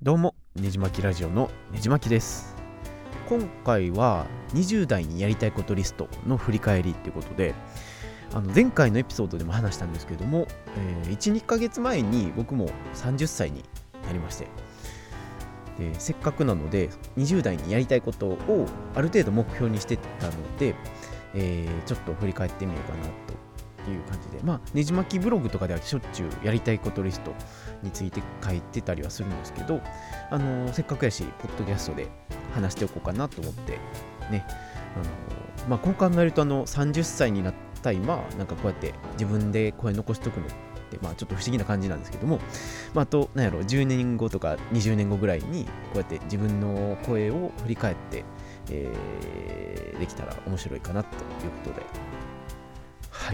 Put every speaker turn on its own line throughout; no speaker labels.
どうも、ねじまきラジオのねじまきです。今回は20代にやりたいことリストの振り返りということで、前回のエピソードでも話したんですけども、1、2ヶ月前に僕も30歳になりまして、でせっかくなので20代にやりたいことをある程度目標にしてたので、ちょっと振り返ってみようかなという感じで、ねじまきブログとかではしょっちゅうやりたいことリストについて書いてたりはするんですけど、せっかくやしポッドキャストで話しておこうかなと思ってね、こう考えると30歳になった今なんかこうやって自分で声残しとくのってちょっと不思議な感じなんですけども、あと10年後とか20年後ぐらいにこうやって自分の声を振り返って、できたら面白いかなということで、はい。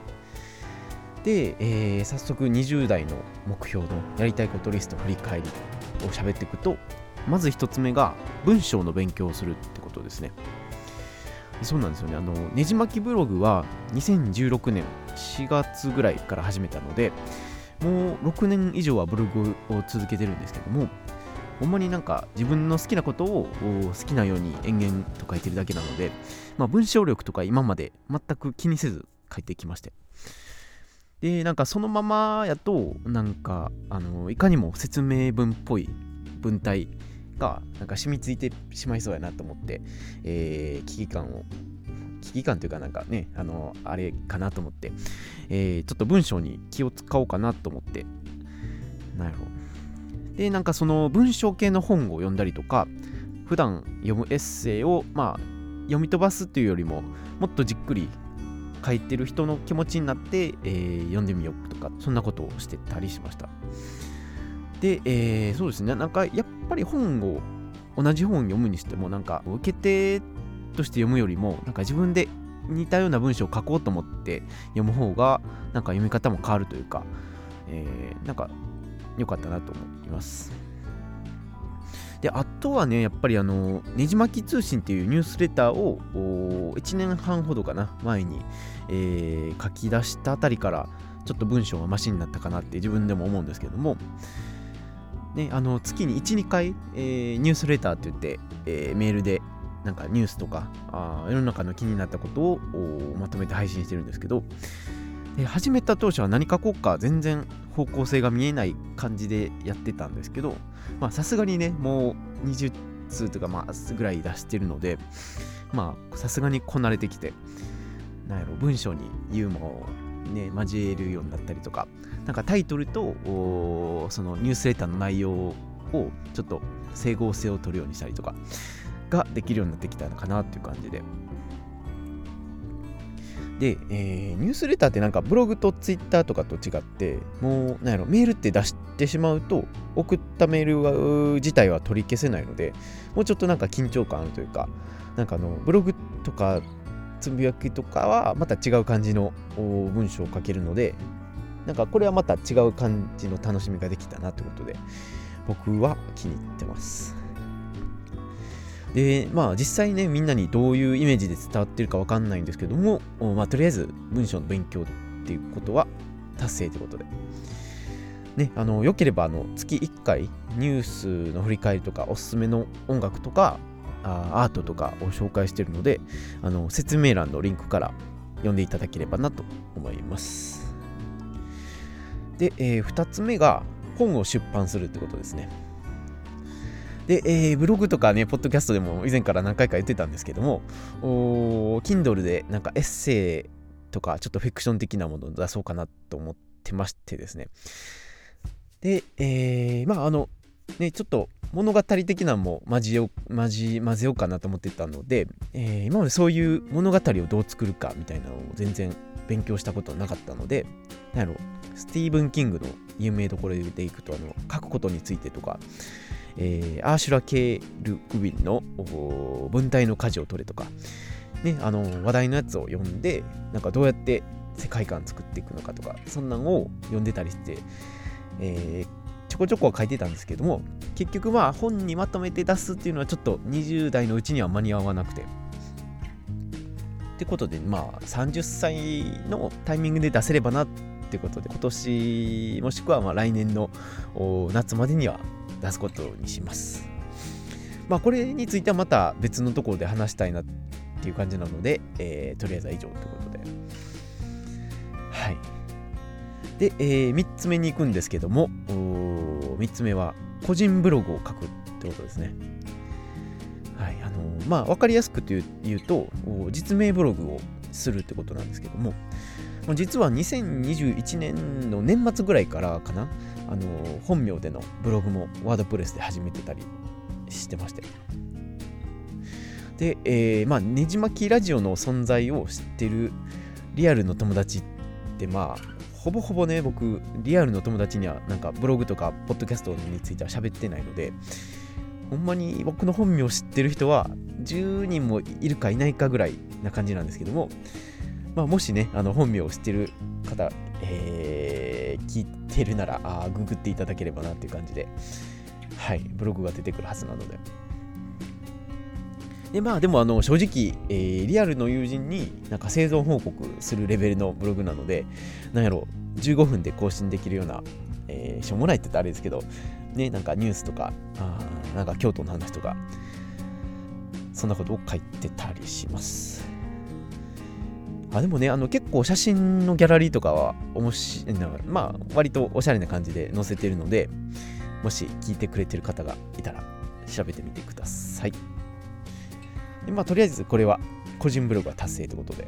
で、早速20代の目標のやりたいことリスト振り返りを喋っていくと、まず一つ目が文章の勉強をするってことですね。そうなんですよね。ねじまきブログは2016年4月ぐらいから始めたので、もう6年以上はブログを続けてるんですけども、ほんまになんか自分の好きなことを好きなように延々と書いてるだけなので、文章力とか今まで全く気にせず書いてきまして、でなんかそのままやとなんかいかにも説明文っぽい文体がなんか染みついてしまいそうやなと思って、危機感というかなんかねあれかなと思って、ちょっと文章に気を使おうかなと思って、なるほど。でなんかその文章系の本を読んだりとか、普段読むエッセイを読み飛ばすっていうよりももっとじっくり書いてる人の気持ちになって、読んでみようとか、そんなことをしてたりしました。で、そうですね、なんかやっぱり同じ本を読むにしてもなんか受け手として読むよりもなんか自分で似たような文章を書こうと思って読む方がなんか読み方も変わるというか、なんか良かったなと思います。であとはね、やっぱりねじまき通信っていうニュースレターを1年半ほどかな前に、書き出したあたりからちょっと文章がマシになったかなって自分でも思うんですけども、ね、月に 1,2 回、ニュースレターって言って、メールでなんかニュースとか世の中の気になったことをまとめて配信してるんですけど、始めた当初は何書こうか全然方向性が見えない感じでやってたんですけど、さすがにねもう20通とかぐらい出してるので、さすがにこなれてきて、文章にユーモアをね交えるようになったりとか、なんかタイトルとそのニュースレターの内容をちょっと整合性を取るようにしたりとかができるようになってきたのかなっていう感じで、ニュースレターってなんかブログとツイッターとかと違って、もうメールって出してしまうと送ったメール自体は取り消せないので、もうちょっとなんか緊張感あるというか、なんかブログとかつぶやきとかはまた違う感じの文章を書けるので、なんかこれはまた違う感じの楽しみができたなということで、僕は気に入ってます。で実際ねみんなにどういうイメージで伝わってるかわかんないんですけども、とりあえず文章の勉強っていうことは達成ということでね、よければ月1回ニュースの振り返りとかおすすめの音楽とかアートとかを紹介しているので、説明欄のリンクから読んでいただければなと思います。で、2つ目が本を出版するってことですね。で、ブログとかねポッドキャストでも以前から何回か言ってたんですけども、Kindle でなんかエッセイとかちょっとフィクション的なものを出そうかなと思ってましてですね。で、ちょっと物語的なのも混ぜようかなと思ってたので、今までそういう物語をどう作るかみたいなのを全然勉強したことはなかったので、スティーブン・キングの有名どころでいくと書くことについてとか、アーシュラ・K. ルグウィンの文体の舵を取れとか、ね、話題のやつを読んでなんかどうやって世界観作っていくのかとか、そんなのを読んでたりして、ちょこちょこは書いてたんですけども、結局本にまとめて出すっていうのはちょっと20代のうちには間に合わなくて、ってことで30歳のタイミングで出せればなってことで、今年もしくは来年の夏までには出すことにします。これについてはまた別のところで話したいなっていう感じなので、とりあえずは以上ということで。はい。で、3つ目に行くんですけども、3つ目は個人ブログを書くってことですね。はい。分かりやすく言うと、実名ブログをするってことなんですけども、実は2021年の年末ぐらいからかな、本名でのブログもワードプレスで始めてたりしてまして。で、ねじ巻きラジオの存在を知ってるリアルの友達ってほぼほぼね、僕リアルの友達にはなんかブログとかポッドキャストについては喋ってないので、ほんまに僕の本名を知ってる人は10人もいるかいないかぐらいな感じなんですけども、もしね本名を知ってる方、聞いてるならググっていただければなっていう感じで、はい、ブログが出てくるはずなので。ででも正直、リアルの友人になんか生存報告するレベルのブログなので、なんやろ15分で更新できるような、しょうもないって言ったらあれですけどね、なんかニュースとかなんか京都の話とかそんなことを書いてたりします。でもね、結構写真のギャラリーとかは割とおしゃれな感じで載せてるので、もし聞いてくれてる方がいたら調べてみてください。でとりあえずこれは個人ブログは達成ということで。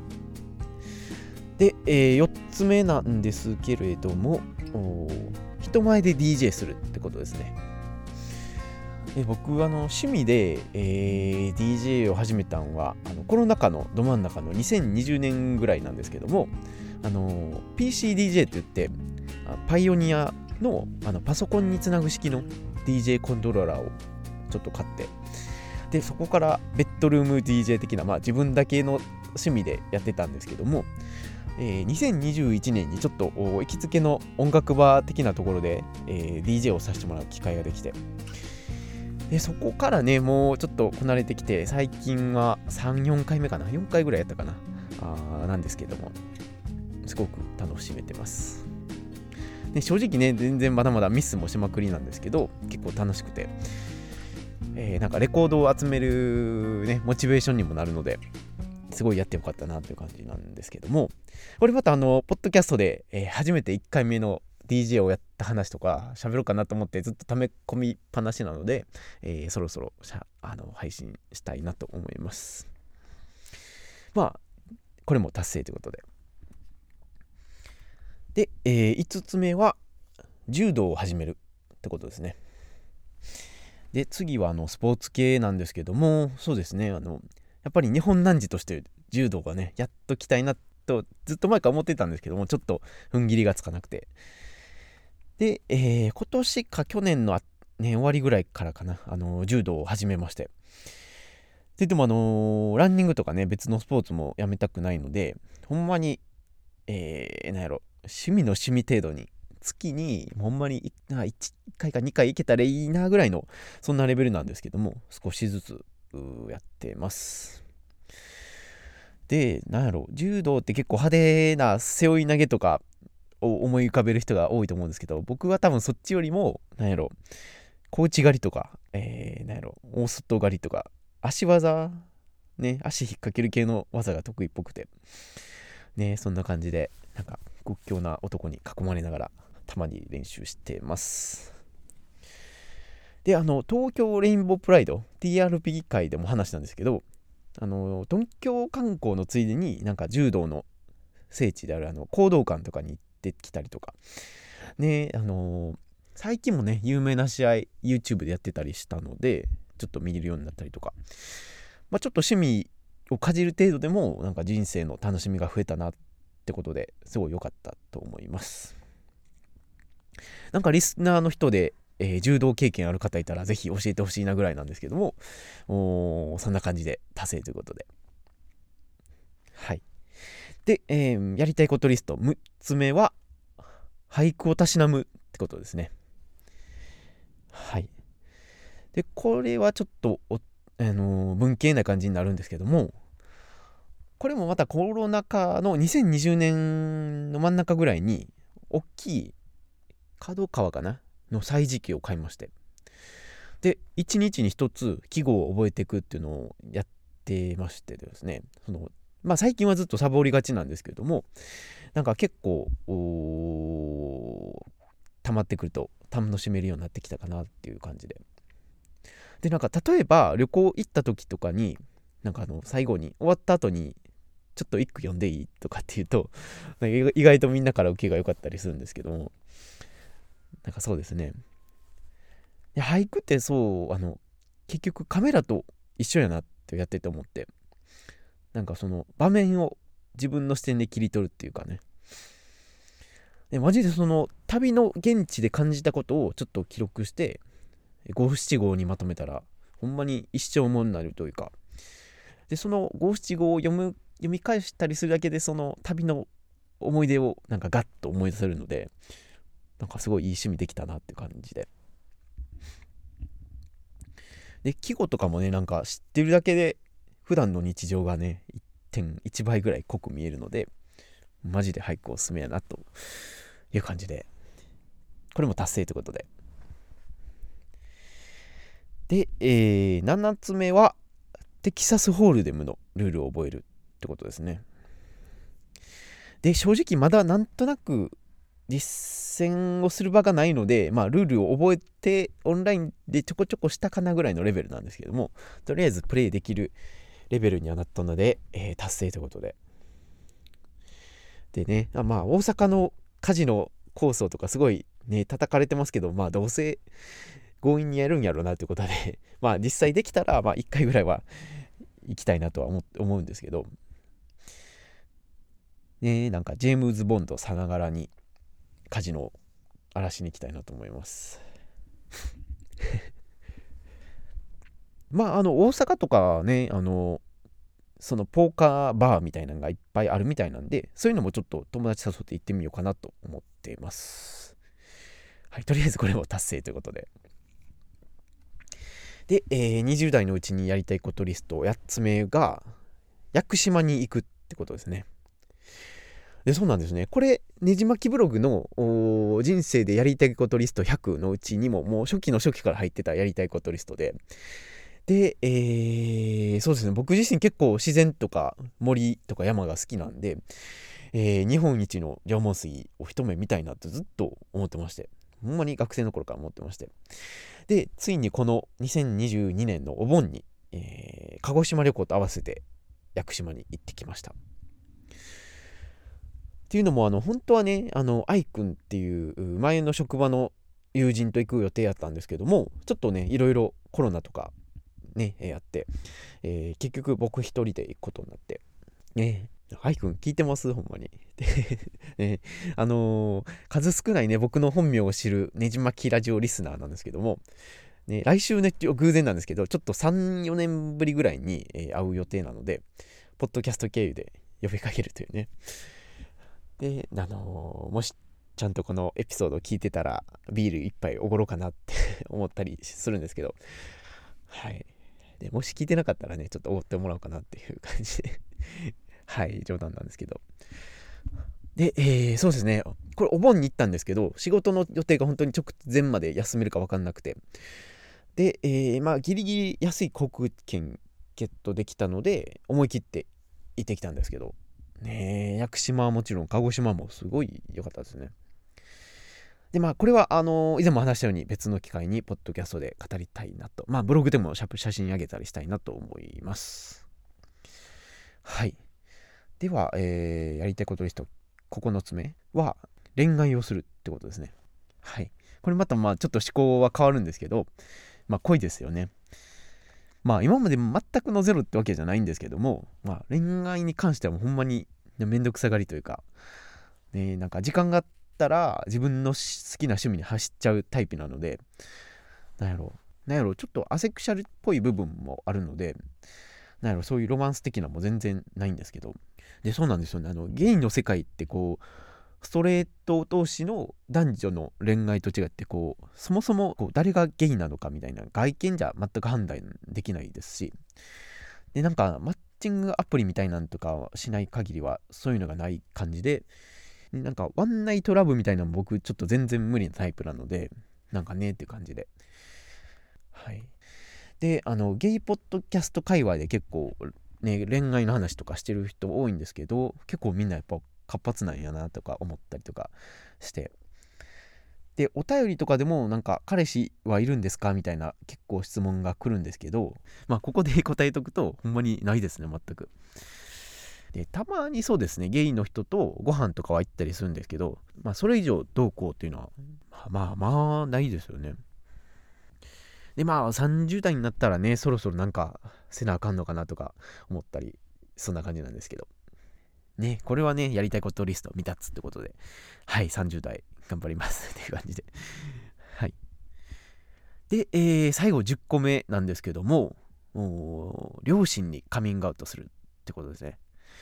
で、4つ目なんですけれども、人前で DJ するってことですね。僕趣味で、DJ を始めたのはコロナ禍のど真ん中の2020年ぐらいなんですけども、PCDJ って言ってパイオニアのパソコンにつなぐ式の DJ コントローラーをちょっと買って、でそこからベッドルーム DJ 的な、自分だけの趣味でやってたんですけども、2021年にちょっと行きつけの音楽バー的なところで、DJ をさせてもらう機会ができて、でそこからねもうちょっとこなれてきて、最近は 3,4 回目かな、4回ぐらいやったかななんですけども、すごく楽しめてます。で正直ね全然まだまだミスもしまくりなんですけど、結構楽しくて、なんかレコードを集める、ね、モチベーションにもなるので、すごいやってよかったなという感じなんですけども、これまたポッドキャストで、初めて1回目の DJ をやった話とか喋ろうかなと思ってずっと溜め込みっぱなしなので、そろそろ配信したいなと思います。これも達成ということで。で、5つ目は柔道を始めるってことですね。で次はスポーツ系なんですけども、そうですね、やっぱり日本男児として柔道がねやっと来たいなとずっと前から思ってたんですけども、ちょっと踏ん切りがつかなくて、で、今年か去年の、終わりぐらいからかな、柔道を始めまして、でもランニングとかね別のスポーツもやめたくないので、ほんまになんやろ趣味の趣味程度に月にほんまに1回か2回行けたらいいなぐらいのそんなレベルなんですけども、少しずつやってます。でなんやろ柔道って結構派手な背負い投げとかを思い浮かべる人が多いと思うんですけど、僕は多分そっちよりもなんやろ小内刈りとか、なんやろ大外刈りとか足技ね、足引っ掛ける系の技が得意っぽくてね、そんな感じでなんか屈強な男に囲まれながらたまに練習してます。で東京レインボープライド TRP 会でも話したんですけど、東京観光のついでになんか柔道の聖地である講道館とかに行ってきたりとかね、最近もね有名な試合 YouTube でやってたりしたので、ちょっと見れるようになったりとか、ちょっと趣味をかじる程度でもなんか人生の楽しみが増えたなってことで、すごい良かったと思います。なんかリスナーの人で、柔道経験ある方いたらぜひ教えてほしいなぐらいなんですけども、そんな感じで達成ということで、はい。で、やりたいことリスト6つ目は俳句をたしなむってことですね。はい。でこれはちょっと文系な感じになるんですけども、これもまたコロナ禍の2020年の真ん中ぐらいに大きい角川かなの歳時記を買いまして、 で1日に1つ記号を覚えていくっていうのをやってましてですね、最近はずっとサボりがちなんですけれども、なんか結構溜まってくると楽しめるようになってきたかなっていう感じで、なんか例えば旅行行った時とかに、なんか最後に終わった後にちょっと一句読んでいいとかっていうと、意外とみんなから受けが良かったりするんですけども、なんかそうですね、俳句って結局カメラと一緒やなってやってて思って、なんかその場面を自分の視点で切り取るっていうかね、マジでその旅の現地で感じたことをちょっと記録して五七五にまとめたら、ほんまに一生ものになるというか、でその五七五を読み返したりするだけで、その旅の思い出をなんかガッと思い出せるので、なんかすごいいい趣味できたなって感じで、季語とかもね、なんか知ってるだけで普段の日常がね 1.1 倍ぐらい濃く見えるので、マジで俳句おすすめやなという感じで、これも達成ということで、7つ目はテキサスホールデムのルールを覚えるってことですね。で正直まだなんとなく実践をする場がないので、ルールを覚えてオンラインでちょこちょこしたかなぐらいのレベルなんですけども、とりあえずプレイできるレベルにはなったので、達成ということで。でね、大阪のカジノ構想とかすごいね叩かれてますけど、どうせ強引にやるんやろうなということで実際できたら1回ぐらいは行きたいなとは思うんですけどね。なんかジェームズ・ボンドさながらにカジノを荒らしに行きたいなと思います大阪とかね、そのポーカーバーみたいなのがいっぱいあるみたいなんで、そういうのもちょっと友達誘って行ってみようかなと思っています。はい、とりあえずこれも達成ということで。で、20代のうちにやりたいことリスト8つ目が屋久島に行くってことですね。でそうなんですね。これねじまきブログの人生でやりたいことリスト100のうちにももう初期の初期から入ってたやりたいことリストで、そうですね、僕自身結構自然とか森とか山が好きなんで、日本一の縄文杉を一目見たいなってずっと思ってまして、ほんまに学生の頃から思ってまして、でついにこの2022年のお盆に、鹿児島旅行と合わせて屋久島に行ってきました。っていうのも本当はね、愛くんっていう前の職場の友人と行く予定やったんですけども、ちょっとねいろいろコロナとかねやって、結局僕一人で行くことになってね。愛くん聞いてますほんまにね、数少ないね僕の本名を知るねじまきラジオリスナーなんですけども、ね、来週ね偶然なんですけどちょっと 3,4 年ぶりぐらいに、会う予定なので、ポッドキャスト経由で呼びかけるというね。でもしちゃんとこのエピソードを聞いてたらビール一杯おごろうかなって思ったりするんですけど、はい。でもし聞いてなかったらねちょっとおごってもらおうかなっていう感じではい冗談なんですけど、で、そうですね、これお盆に行ったんですけど、仕事の予定が本当に直前まで休めるか分かんなくて、で、ギリギリ安い航空券ゲットできたので思い切って行ってきたんですけどね、屋久島はもちろん鹿児島もすごい良かったですね。でこれは以前も話したように別の機会にポッドキャストで語りたいなと、ブログでも写真上げたりしたいなと思います。はい。では、やりたいことリスト9つ目は恋愛をするってことですね。はい。これまたちょっと思考は変わるんですけど、恋ですよね。今まで全くのゼロってわけじゃないんですけども、恋愛に関してはもうほんまにめんどくさがりというか、ね、なんか時間があったら自分の好きな趣味に走っちゃうタイプなので、なんやろちょっとアセクシャルっぽい部分もあるので、そういうロマンス的なも全然ないんですけど、でそうなんですよね。ゲイの世界ってストレート同士の男女の恋愛と違ってそもそも誰がゲイなのかみたいな外見じゃ全く判断できないですし、でマッチングアプリみたいなんとかしない限りはそういうのがない感じで、ワンナイトラブみたいなの僕ちょっと全然無理なタイプなので、ねっていう感じで、はい。 でゲイポッドキャスト界隈で結構ね恋愛の話とかしてる人多いんですけど、結構みんなやっぱ活発なんやなとか思ったりとかして、でお便りとかでもなんか彼氏はいるんですかみたいな結構質問が来るんですけど、ここで答えとくとほんまにないですね、全く。でたまにそうですね、ゲイの人とご飯とかは行ったりするんですけど、それ以上どうこうっていうのはないですよね。で30代になったらね、そろそろなんかせなあかんのかなとか思ったり、そんな感じなんですけどね。これはね、やりたいことリスト未達ってことで、はい、30代頑張りますっていう感じではい。で、最後10個目なんですけども、両親にカミングアウトするってことですね。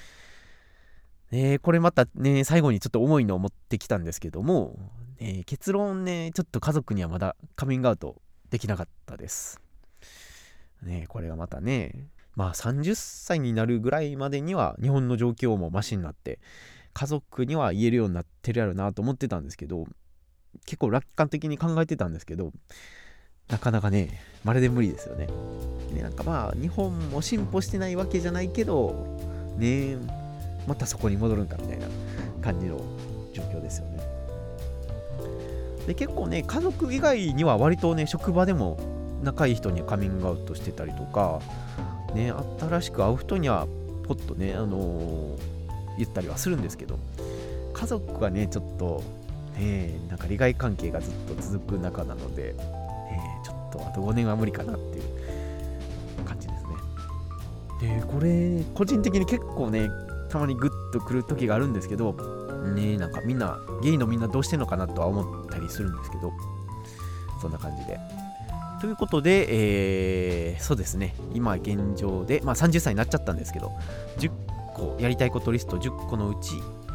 これまたね、最後にちょっと重いのを持ってきたんですけども、結論ね、ちょっと家族にはまだカミングアウトできなかったです。これがまたね、30歳になるぐらいまでには日本の状況もマシになって、家族には言えるようになってるやろなと思ってたんですけど、結構楽観的に考えてたんですけど、なかなかね、まるで無理ですよね。なんか日本も進歩してないわけじゃないけど、ね、またそこに戻るんかみたいな感じの状況ですよね。で結構ね、家族以外には割とね、職場でも仲いい人にはカミングアウトしてたりとかね、新しく会う人にはポッとね、言ったりはするんですけど、家族がねちょっとなんか利害関係がずっと続く中なので、ちょっとあと5年は無理かなっていう感じですね。でこれ個人的に結構ね、たまにグッとくる時があるんですけどね、なんかみんなゲイのみんなどうしてんのかなとは思ったりするんですけど、そんな感じでということで、そうですね、今現状で、30歳になっちゃったんですけど、10個やりたいことリスト10個のうち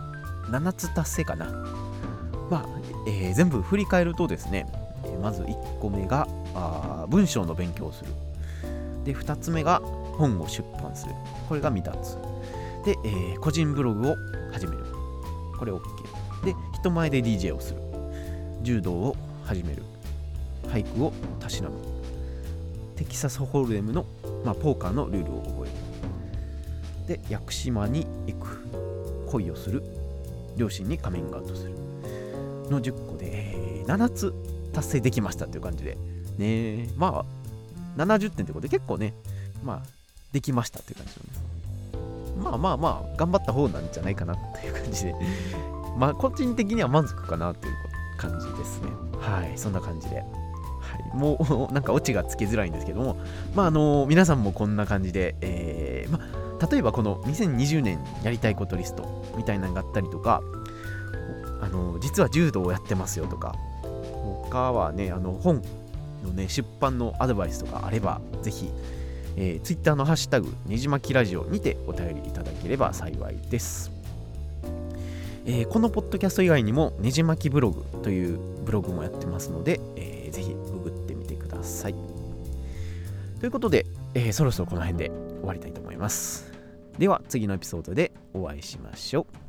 7つ達成かな。全部振り返るとですね、まず1個目が文章の勉強をする。で2つ目が本を出版する。これが未達。で、個人ブログを始める。これ OK。で人前で DJ をする。柔道を始める。俳句をたしなむ。テキサスホールデムの、ポーカーのルールを覚える。で屋久島に行く。恋をする。両親にカミングアウトするの10個で、7つ達成できましたという感じでね、70点ということで結構ね、できましたという感じのね、頑張った方なんじゃないかなという感じで個人的には満足かなという感じですね。はい、そんな感じで、もうなんかオチがつけづらいんですけども、皆さんもこんな感じで、例えばこの2020年やりたいことリストみたいなのがあったりとか、実は柔道をやってますよとか、他はね、本のね出版のアドバイスとかあればぜひ、Twitter のハッシュタグねじまきラジオにてお便りいただければ幸いです。このポッドキャスト以外にもねじまきブログというブログもやってますので、ぜひググってみてください。ということで、そろそろこの辺で終わりたいと思います。では次のエピソードでお会いしましょう。